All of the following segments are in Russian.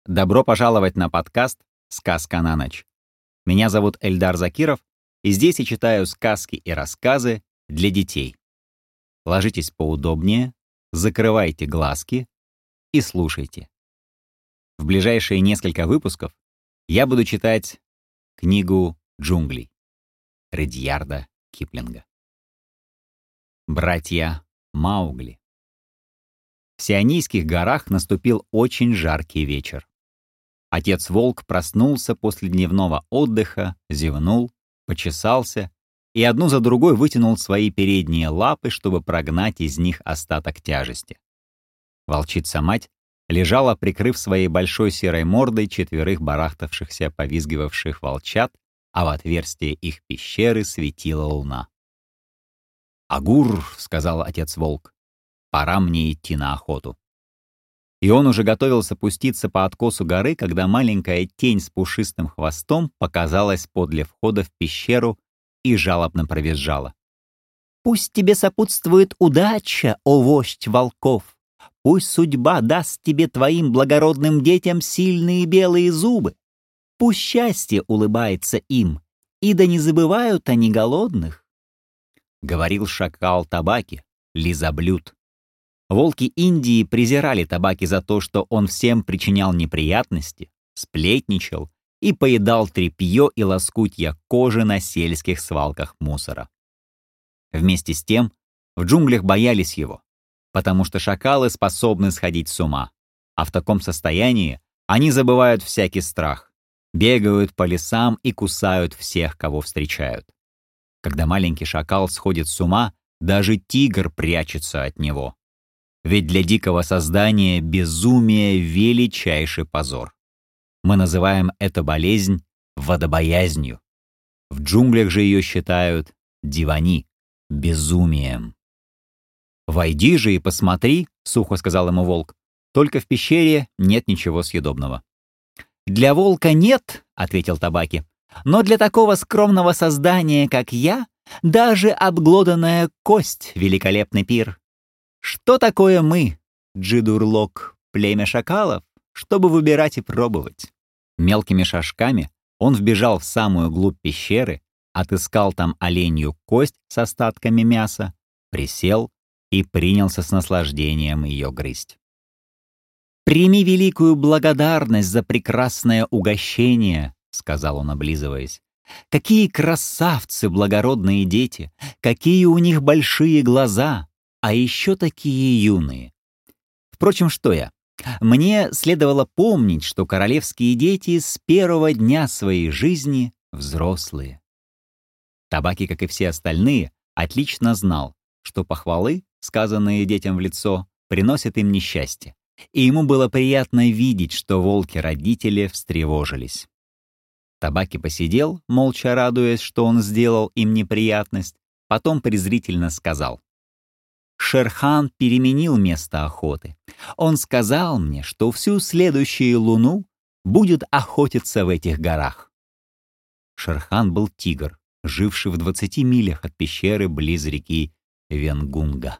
Добро пожаловать на подкаст «Сказка на ночь». Меня зовут Эльдар Закиров, и здесь я читаю сказки и рассказы для детей. Ложитесь поудобнее, закрывайте глазки и слушайте. В ближайшие несколько выпусков я буду читать книгу «Джунглей» Редьярда Киплинга. Братья Маугли. В Сионийских горах наступил очень жаркий вечер. Отец-волк проснулся после дневного отдыха, зевнул, почесался и одну за другой вытянул свои передние лапы, чтобы прогнать из них остаток тяжести. Волчица-мать лежала, прикрыв своей большой серой мордой четверых барахтавшихся, повизгивавших волчат, а в отверстие их пещеры светила луна. «Агур!» — сказал отец-волк. «Пора мне идти на охоту». И он уже готовился пуститься по откосу горы, когда маленькая тень с пушистым хвостом показалась подле входа в пещеру и жалобно провизжала. «Пусть тебе сопутствует удача, о вождь волков! Пусть судьба даст тебе твоим благородным детям сильные белые зубы! Пусть счастье улыбается им, и да не забывают они голодных!» Говорил шакал Табаки, лизоблюд. Волки Индии презирали Табаки за то, что он всем причинял неприятности, сплетничал и поедал тряпье и лоскутья кожи на сельских свалках мусора. Вместе с тем в джунглях боялись его, потому что шакалы способны сходить с ума, а в таком состоянии они забывают всякий страх, бегают по лесам и кусают всех, кого встречают. Когда маленький шакал сходит с ума, даже тигр прячется от него. Ведь для дикого создания безумие — величайший позор. Мы называем эту болезнь водобоязнью. В джунглях же ее считают дивани, безумием. «Войди же и посмотри», — сухо сказал ему волк. «Только в пещере нет ничего съедобного». «Для волка нет», — ответил Табаки. «Но для такого скромного создания, как я, даже обглоданная кость — великолепный пир. Что такое мы, Джидурлок, племя шакалов, чтобы выбирать и пробовать?» Мелкими шажками он вбежал в самую глубь пещеры, отыскал там оленью кость с остатками мяса, присел и принялся с наслаждением ее грызть. «Прими великую благодарность за прекрасное угощение», — сказал он, облизываясь. «Какие красавцы благородные дети! Какие у них большие глаза! А еще такие юные! Впрочем, что я? Мне следовало помнить, что королевские дети с первого дня своей жизни взрослые». Табаки, как и все остальные, отлично знал, что похвалы, сказанные детям в лицо, приносят им несчастье, и ему было приятно видеть, что волки-родители встревожились. Табаки посидел, молча радуясь, что он сделал им неприятность, потом презрительно сказал: «Шер-хан переменил место охоты. Он сказал мне, что всю следующую луну будет охотиться в этих горах». Шер-хан был тигр, живший в 20 милях от пещеры близ реки Венгунга.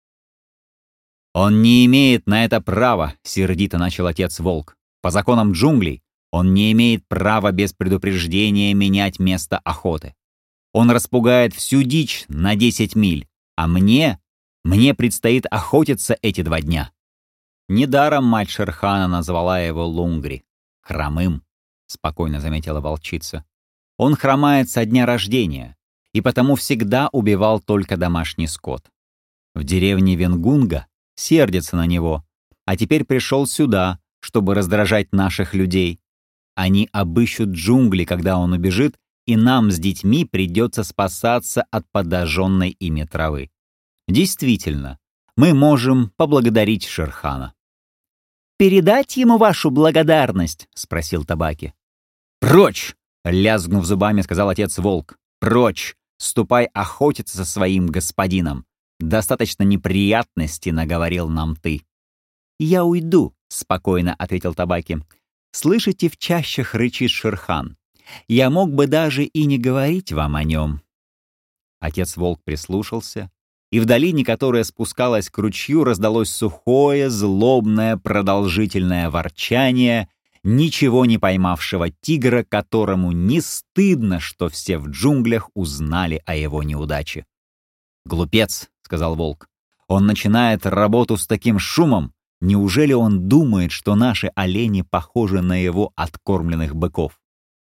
«Он не имеет на это права», — сердито начал отец-волк. «По законам джунглей он не имеет права без предупреждения менять место охоты. Он распугает всю дичь на 10 миль, а мне предстоит охотиться эти 2 дня». Недаром мать Шер-хана назвала его Лунгри, хромым, спокойно заметила волчица. Он хромает со дня рождения, и потому всегда убивал только домашний скот. В деревне Венгунга сердятся на него, а теперь пришел сюда, чтобы раздражать наших людей. Они обыщут джунгли, когда он убежит, и нам с детьми придется спасаться от подожженной ими травы. Действительно, мы можем поблагодарить Шер-хана. «Передать ему вашу благодарность?» — спросил Табаки. «Прочь!» — лязгнув зубами, сказал отец-волк. «Прочь! Ступай охотиться со своим господином. Достаточно неприятностей наговорил нам ты». «Я уйду», — спокойно ответил Табаки. «Слышите, в чащах рычит Шер-хан. Я мог бы даже и не говорить вам о нем». Отец-волк прислушался, и в долине, которая спускалась к ручью, раздалось сухое, злобное, продолжительное ворчание, ничего не поймавшего тигра, которому не стыдно, что все в джунглях узнали о его неудаче. «Глупец», — сказал волк, — «он начинает работу с таким шумом. Неужели он думает, что наши олени похожи на его откормленных быков?»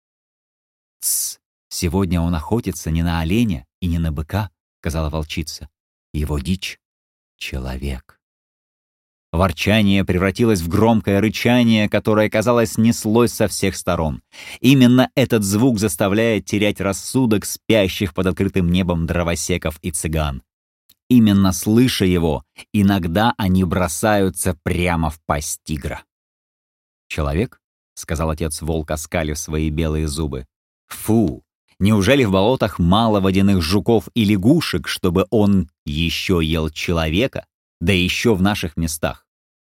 «Тсс, сегодня он охотится не на оленя и не на быка», — сказала волчица. «Его дичь — человек». Ворчание превратилось в громкое рычание, которое, казалось, неслось со всех сторон. Именно этот звук заставляет терять рассудок спящих под открытым небом дровосеков и цыган. Именно слыша его, иногда они бросаются прямо в пасть тигра. «Человек?» — сказал отец волк, оскалив свои белые зубы. «Фу! Неужели в болотах мало водяных жуков и лягушек, чтобы он еще ел человека, да еще в наших местах?»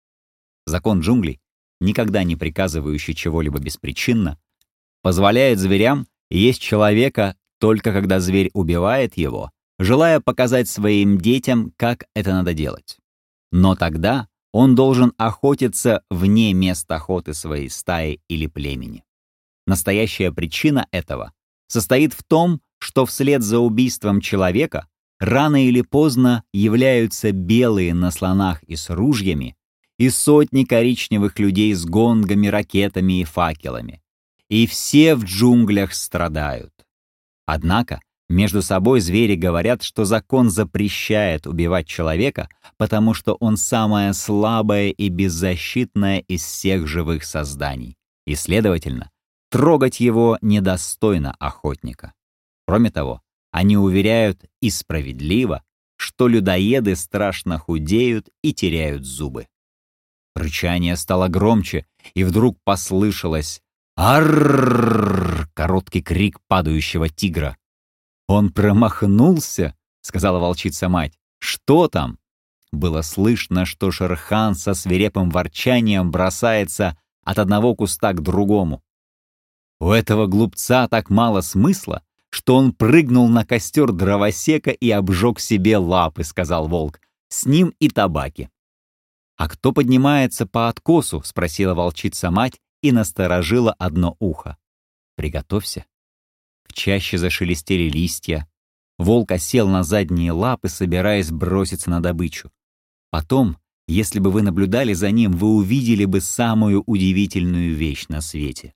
Закон джунглей, никогда не приказывающий чего-либо беспричинно, позволяет зверям есть человека только когда зверь убивает его, желая показать своим детям, как это надо делать. Но тогда он должен охотиться вне места охоты своей стаи или племени. Настоящая причина этого состоит в том, что вслед за убийством человека рано или поздно являются белые на слонах и с ружьями, и сотни коричневых людей с гонгами, ракетами и факелами. И все в джунглях страдают. Однако между собой звери говорят, что закон запрещает убивать человека, потому что он самое слабое и беззащитное из всех живых созданий, и, следовательно, трогать его недостойно охотника. Кроме того, они уверяют, и справедливо, что людоеды страшно худеют и теряют зубы. Рычание стало громче, и вдруг послышалось «Аррррррр!» — короткий крик падающего тигра. «Он промахнулся», — сказала волчица-мать. «Что там?» Было слышно, что Шерхан со свирепым ворчанием бросается от одного куста к другому. «У этого глупца так мало смысла, что он прыгнул на костер дровосека и обжег себе лапы», — сказал волк. «С ним и табаки». «А кто поднимается по откосу?» — спросила волчица-мать и насторожила одно ухо. «Приготовься». В чаще зашелестели листья. Волк осел на задние лапы, собираясь броситься на добычу. Потом, если бы вы наблюдали за ним, вы увидели бы самую удивительную вещь на свете.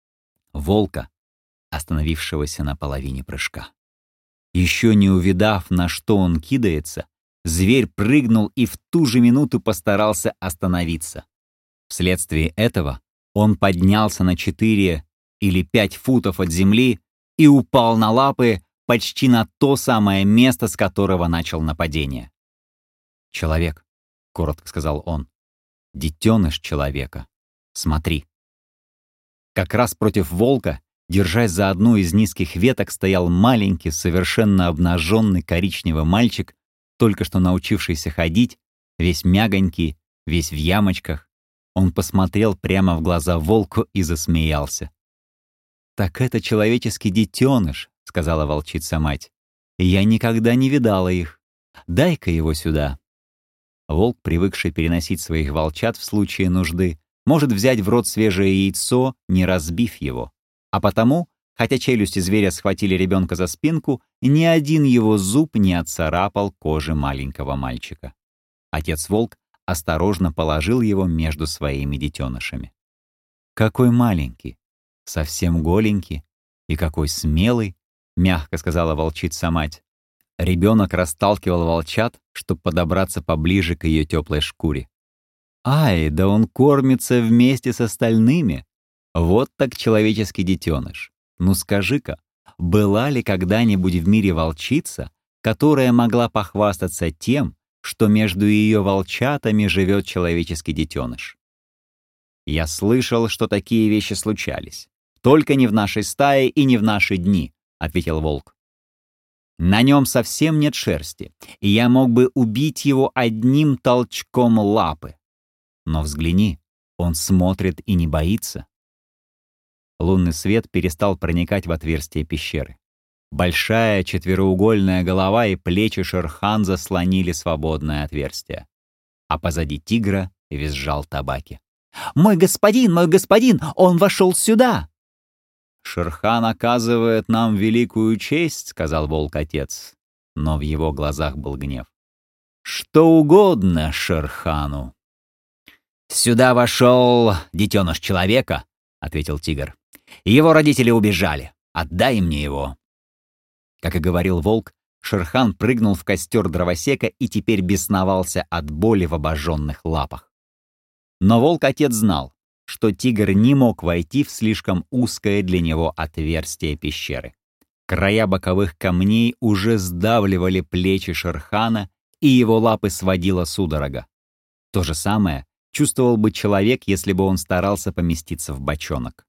Волка, остановившегося на половине прыжка. Еще не увидав, на что он кидается, зверь прыгнул и в ту же минуту постарался остановиться. Вследствие этого он поднялся на 4 или 5 футов от земли и упал на лапы почти на то самое место, с которого начал нападение. «Человек», — коротко сказал он, — «детеныш человека. Смотри». Как раз против волка, держась за одну из низких веток, стоял маленький, совершенно обнаженный коричневый мальчик, только что научившийся ходить, весь мягонький, весь в ямочках. Он посмотрел прямо в глаза волку и засмеялся. «Так это человеческий детеныш», — сказала волчица-мать. «Я никогда не видала их. Дай-ка его сюда». Волк, привыкший переносить своих волчат в случае нужды, может взять в рот свежее яйцо, не разбив его. А потому, хотя челюсти зверя схватили ребенка за спинку, ни один его зуб не отцарапал кожи маленького мальчика. Отец-волк осторожно положил его между своими детенышами. «Какой маленький, совсем голенький, и какой смелый», — мягко сказала волчица-мать. Ребенок расталкивал волчат, чтобы подобраться поближе к ее теплой шкуре. «Ай, да он кормится вместе с остальными! Вот так человеческий детеныш! Ну скажи-ка, была ли когда-нибудь в мире волчица, которая могла похвастаться тем, что между ее волчатами живет человеческий детеныш?» «Я слышал, что такие вещи случались. Только не в нашей стае и не в наши дни», — ответил волк. «На нем совсем нет шерсти, и я мог бы убить его одним толчком лапы. Но взгляни, он смотрит и не боится». Лунный свет перестал проникать в отверстие пещеры. Большая четвероугольная голова и плечи Шерхан заслонили свободное отверстие. А позади тигра визжал табаки. Мой господин, он вошел сюда!» «Шерхан оказывает нам великую честь», — сказал волк-отец, но в его глазах был гнев. «Что угодно Шерхану». «Сюда вошел детеныш человека», — ответил тигр. «Его родители убежали. Отдай мне его». Как и говорил волк, Шерхан прыгнул в костер дровосека и теперь бесновался от боли в обожженных лапах. Но волк-отец знал, что тигр не мог войти в слишком узкое для него отверстие пещеры. Края боковых камней уже сдавливали плечи Шерхана, и его лапы сводила судорога. То же самое чувствовал бы человек, если бы он старался поместиться в бочонок.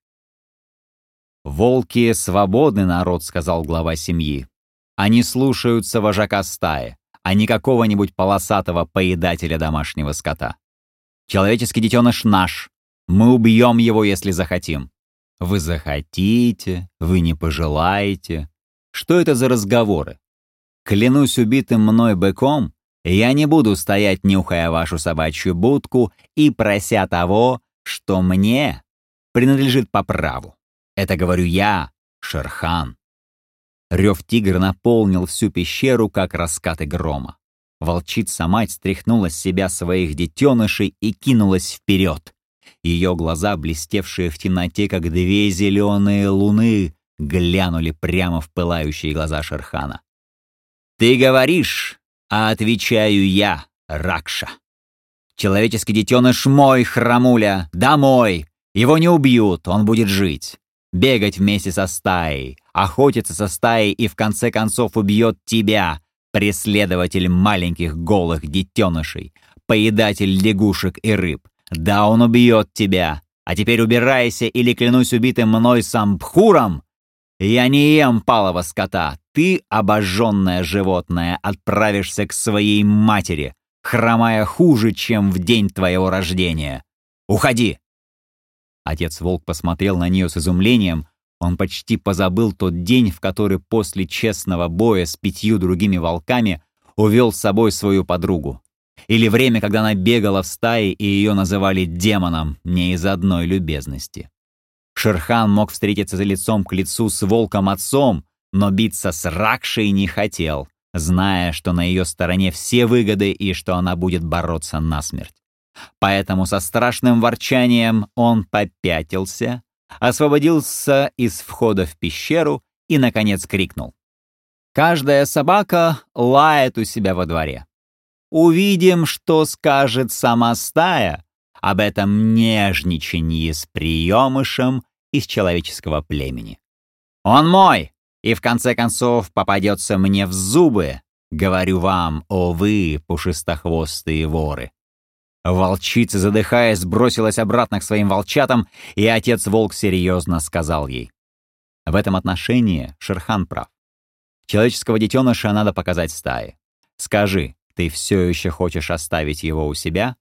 «Волки — свободный народ», — сказал глава семьи. «Они слушаются вожака стаи, а не какого-нибудь полосатого поедателя домашнего скота. Человеческий детеныш наш. Мы убьем его, если захотим». «Вы захотите, вы не пожелаете». Что это за разговоры? Клянусь убитым мной быком, я не буду стоять, нюхая вашу собачью будку и прося того, что мне принадлежит по праву. Это говорю я, Шерхан. Рев тигра наполнил всю пещеру, как раскаты грома. Волчица-мать стряхнула с себя своих детенышей и кинулась вперед. Ее глаза, блестевшие в темноте, как две зеленые луны, глянули прямо в пылающие глаза Шерхана. «Ты говоришь, а отвечаю я, Ракша. Человеческий детеныш мой, храмуля, да мой. Его не убьют, он будет жить. Бегать вместе со стаей, охотиться со стаей и в конце концов убьет тебя, преследователь маленьких голых детенышей, поедатель лягушек и рыб. Да, он убьет тебя. А теперь убирайся, или, клянусь убитым мной Самбхуром, я не ем палого скота. Ты, обожженное животное, отправишься к своей матери, хромая хуже, чем в день твоего рождения. Уходи!» Отец-волк посмотрел на нее с изумлением. Он почти позабыл тот день, в который после честного боя с 5 другими волками увел с собой свою подругу. Или время, когда она бегала в стае, и ее называли демоном не из одной любезности. Шерхан мог встретиться лицом к лицу с волком-отцом, но биться с Ракшей не хотел, зная, что на ее стороне все выгоды и что она будет бороться насмерть. Поэтому со страшным ворчанием он попятился, освободился из входа в пещеру и, наконец, крикнул. «Каждая собака лает у себя во дворе. Увидим, что скажет сама стая об этом нежничанье с приемышем из человеческого племени. Он мой, и в конце концов попадется мне в зубы, говорю вам, о вы, пушистохвостые воры». Волчица, задыхаясь, бросилась обратно к своим волчатам, и отец-волк серьезно сказал ей. В этом отношении Шерхан прав. Человеческого детеныша надо показать стае. Скажи, ты все еще хочешь оставить его у себя?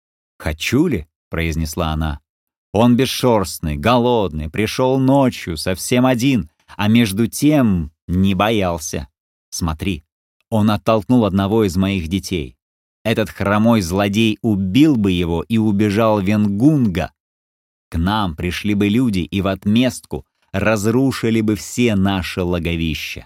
«Хочу ли?» — произнесла она. «Он бесшерстный, голодный, пришел ночью, совсем один, а между тем не боялся. Смотри, он оттолкнул одного из моих детей. Этот хромой злодей убил бы его и убежал в Венгунга. К нам пришли бы люди и в отместку разрушили бы все наши логовища.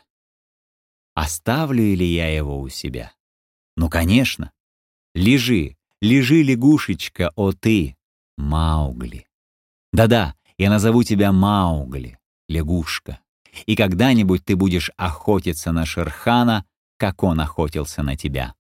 Оставлю ли я его у себя? Ну, конечно. Лежи, лежи, лягушечка, о ты, Маугли. Да-да, я назову тебя Маугли, лягушка. И когда-нибудь ты будешь охотиться на Шерхана, как он охотился на тебя».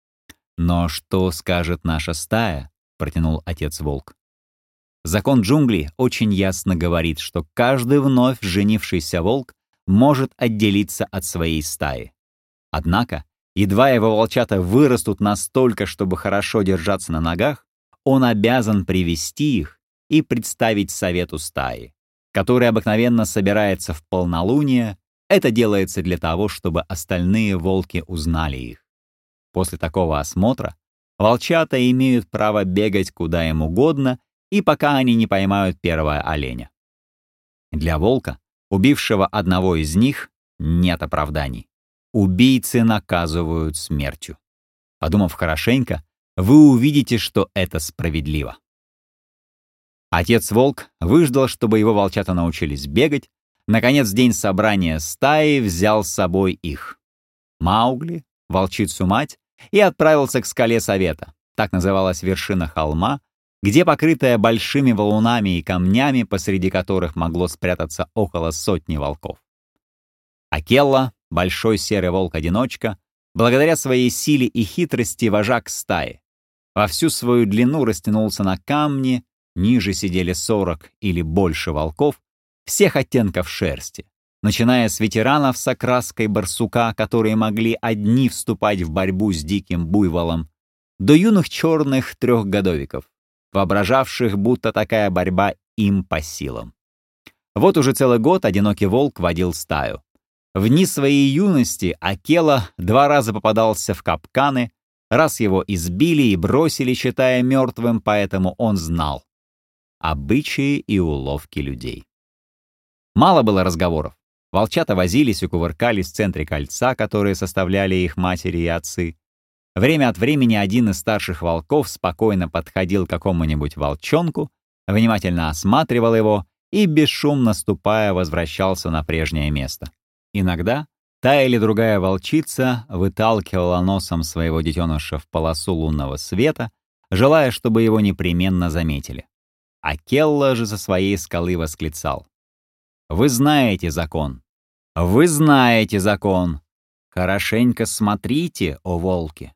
«Но что скажет наша стая?» — протянул отец-волк. Закон джунглей очень ясно говорит, что каждый вновь женившийся волк может отделиться от своей стаи. Однако, едва его волчата вырастут настолько, чтобы хорошо держаться на ногах, он обязан привести их и представить совету стаи, который обыкновенно собирается в полнолуние. Это делается для того, чтобы остальные волки узнали их. После такого осмотра волчата имеют право бегать куда им угодно, и пока они не поймают первого оленя. Для волка, убившего одного из них, нет оправданий. Убийцы наказывают смертью. Подумав хорошенько, вы увидите, что это справедливо. Отец-волк выждал, чтобы его волчата научились бегать. Наконец, в день собрания стаи взял с собой их. Маугли, волчицу-мать, и отправился к скале совета. Так называлась вершина холма, где, покрытая большими валунами и камнями, посреди которых могло спрятаться около сотни волков. Акелла, большой серый волк-одиночка, благодаря своей силе и хитрости вожак стаи, во всю свою длину растянулся на камне, ниже сидели 40 или больше волков, всех оттенков шерсти, начиная с ветеранов с окраской барсука, которые могли одни вступать в борьбу с диким буйволом, до юных черных трехгодовиков, воображавших, будто такая борьба им по силам. Вот уже целый год одинокий волк водил стаю. В дни своей юности Акелла 2 раза попадался в капканы, раз его избили и бросили, считая мертвым, поэтому он знал обычаи и уловки людей. Мало было разговоров. Волчата возились и кувыркались в центре кольца, которые составляли их матери и отцы. Время от времени один из старших волков спокойно подходил к какому-нибудь волчонку, внимательно осматривал его и, бесшумно ступая, возвращался на прежнее место. Иногда та или другая волчица выталкивала носом своего детеныша в полосу лунного света, желая, чтобы его непременно заметили. Акелла же со своей скалы восклицал: «Вы знаете закон! Вы знаете закон! Хорошенько смотрите, о волки!»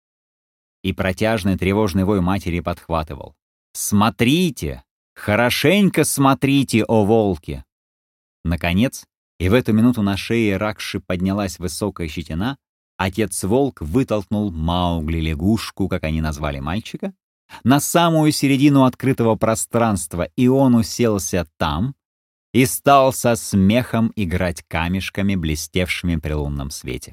И протяжный тревожный вой матери подхватывал: «Смотрите! Хорошенько смотрите, о волки!» Наконец, и в эту минуту на шее Ракши поднялась высокая щетина, отец-волк вытолкнул Маугли-лягушку, как они назвали мальчика, на самую середину открытого пространства, и он уселся там и стал со смехом играть камешками, блестевшими при лунном свете.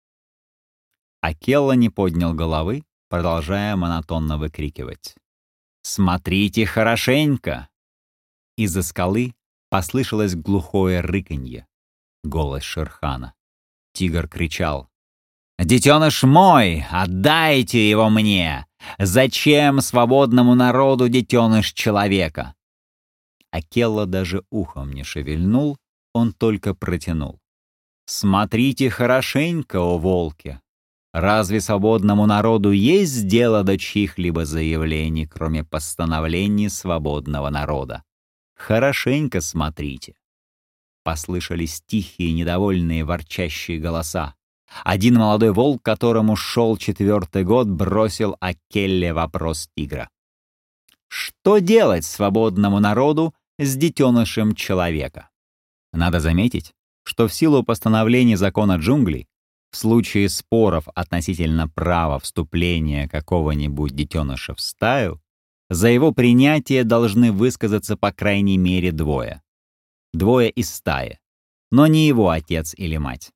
Акелла не поднял головы, продолжая монотонно выкрикивать: «Смотрите хорошенько!» Из-за скалы послышалось глухое рыканье. Голос Шерхана. Тигр кричал: «Детеныш мой! Отдайте его мне! Зачем свободному народу детеныш человека?» Акелла даже ухом не шевельнул, он только протянул: «Смотрите хорошенько, о волки! Разве свободному народу есть дело до чьих-либо заявлений, кроме постановлений свободного народа? Хорошенько смотрите!» Послышались тихие, недовольные, ворчащие голоса. Один молодой волк, которому шел 4-й год, бросил Акелле вопрос тигра: «Что делать свободному народу с детенышем человека?» Надо заметить, что в силу постановлений закона джунглей, в случае споров относительно права вступления какого-нибудь детеныша в стаю, за его принятие должны высказаться по крайней мере 2. 2 из стаи, но не его отец или мать.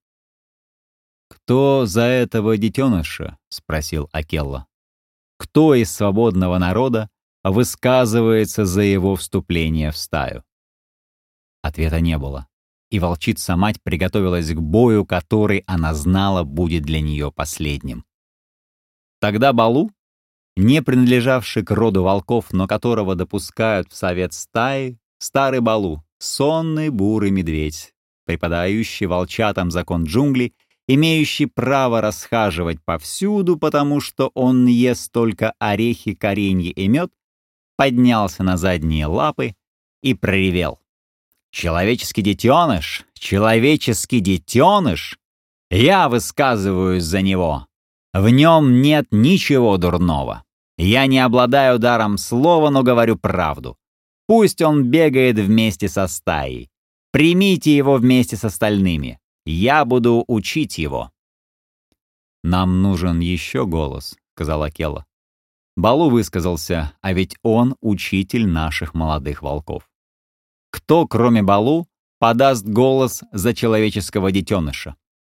«Кто за этого детеныша?» — спросил Акелла. «Кто из свободного народа высказывается за его вступление в стаю?» Ответа не было, и волчица-мать приготовилась к бою, который она знала будет для нее последним. Тогда Балу, не принадлежавший к роду волков, но которого допускают в совет стаи, старый Балу, сонный бурый медведь, преподающий волчатам закон джунглей, имеющий право расхаживать повсюду, потому что он ест только орехи, коренья и мед, поднялся на задние лапы и проревел: «Человеческий детеныш! Человеческий детеныш! Я высказываюсь за него! В нем нет ничего дурного! Я не обладаю даром слова, но говорю правду! Пусть он бегает вместе со стаей! Примите его вместе с остальными! Я буду учить его!» «Нам нужен еще голос», — сказал Акелла. Балу высказался, а ведь он учитель наших молодых волков. Кто, кроме Балу, подаст голос за человеческого детеныша?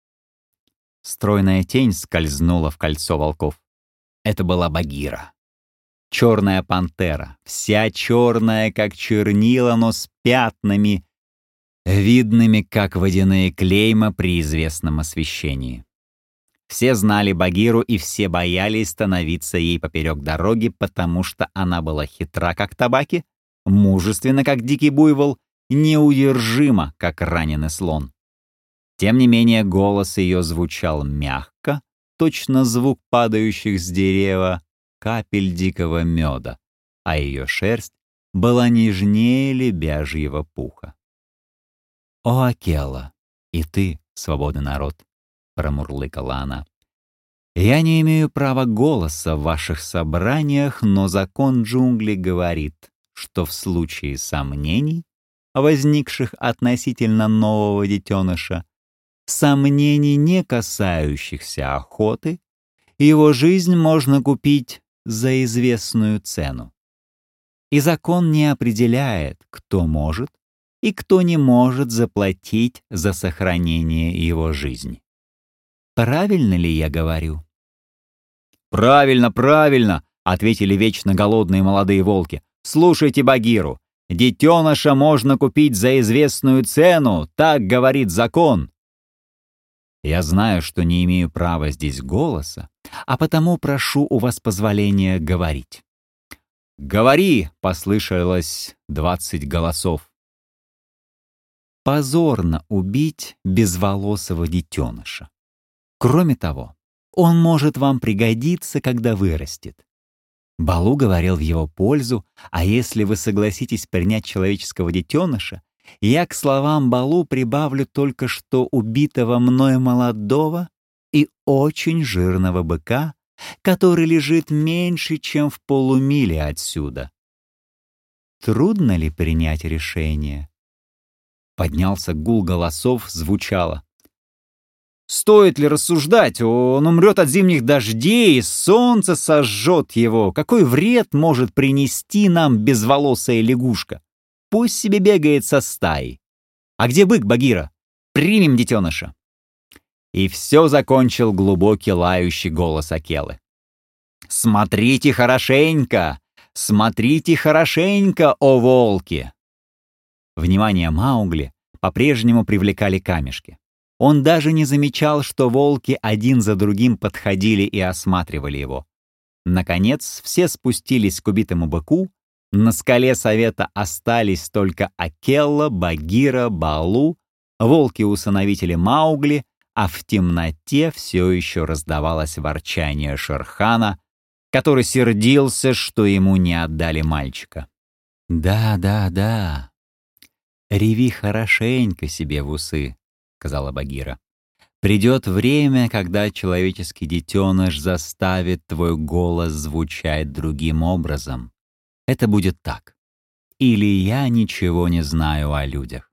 Стройная тень скользнула в кольцо волков. Это была Багира. Черная пантера, вся черная, как чернила, но с пятнами, видными, как водяные клейма при известном освещении. Все знали Багиру, и все боялись становиться ей поперек дороги, потому что она была хитра, как табаки, мужественно, как дикий буйвол, неудержимо, как раненый слон. Тем не менее, голос ее звучал мягко, точно звук падающих с дерева капель дикого меда, а ее шерсть была нежнее лебяжьего пуха. «О, Акела, и ты, свободный народ!» — промурлыкала она. «Я не имею права голоса в ваших собраниях, но закон джунглей говорит, что в случае сомнений, возникших относительно нового детеныша, сомнений, не касающихся охоты, его жизнь можно купить за известную цену. И закон не определяет, кто может и кто не может заплатить за сохранение его жизни. Правильно ли я говорю?» «Правильно, правильно!» — ответили вечно голодные молодые волки. «Слушайте Багиру. Детеныша можно купить за известную цену, так говорит закон». «Я знаю, что не имею права здесь голоса, а потому прошу у вас позволения говорить». «Говори!» — послышалось 20 голосов. «Позорно убить безволосого детеныша. Кроме того, он может вам пригодиться, когда вырастет. Балу говорил в его пользу, а если вы согласитесь принять человеческого детеныша, я к словам Балу прибавлю только что убитого мной молодого и очень жирного быка, который лежит меньше, чем в полумиле отсюда. Трудно ли принять решение?» Поднялся гул голосов, звучало: «Стоит ли рассуждать? Он умрет от зимних дождей, солнце сожжет его. Какой вред может принести нам безволосая лягушка? Пусть себе бегает со стаей. А где бык, Багира? Примем детеныша». И все закончил глубокий лающий голос Акелы. «Смотрите хорошенько! Смотрите хорошенько, о волки!» Внимание Маугли по-прежнему привлекали камешки. Он даже не замечал, что волки один за другим подходили и осматривали его. Наконец, все спустились к убитому быку. На скале совета остались только Акелла, Багира, Балу, волки-усыновители Маугли, а в темноте все еще раздавалось ворчание Шерхана, который сердился, что ему не отдали мальчика. «Да, да, да. Реви хорошенько себе в усы», — сказала Багира. «Придет время, когда человеческий детеныш заставит твой голос звучать другим образом. Это будет так. Или я ничего не знаю о людях».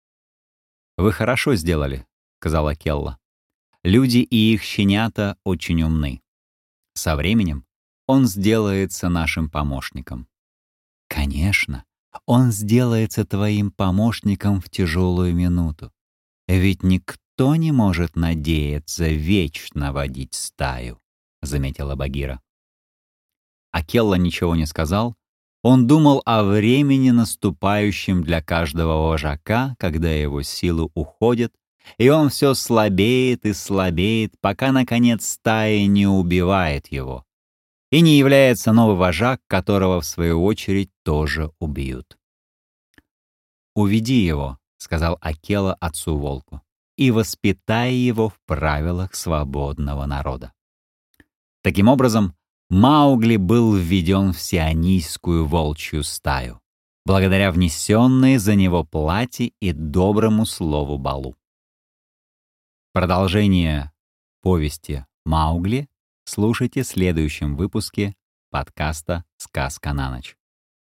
«Вы хорошо сделали», — сказала Келла. «Люди и их щенята очень умны. Со временем он сделается нашим помощником». «Конечно, он сделается твоим помощником в тяжелую минуту. Ведь никто не может надеяться вечно водить стаю», — заметила Багира. Акелла ничего не сказал. Он думал о времени, наступающем для каждого вожака, когда его силы уходят, и он все слабеет и слабеет, пока, наконец, стая не убивает его. И не является новый вожак, которого, в свою очередь, тоже убьют. «Уведи его», — сказал Акелла отцу-волку, «и воспитай его в правилах свободного народа». Таким образом, Маугли был введен в сионийскую волчью стаю, благодаря внесенной за него плате и доброму слову Балу. Продолжение повести Маугли слушайте в следующем выпуске подкаста «Сказка на ночь».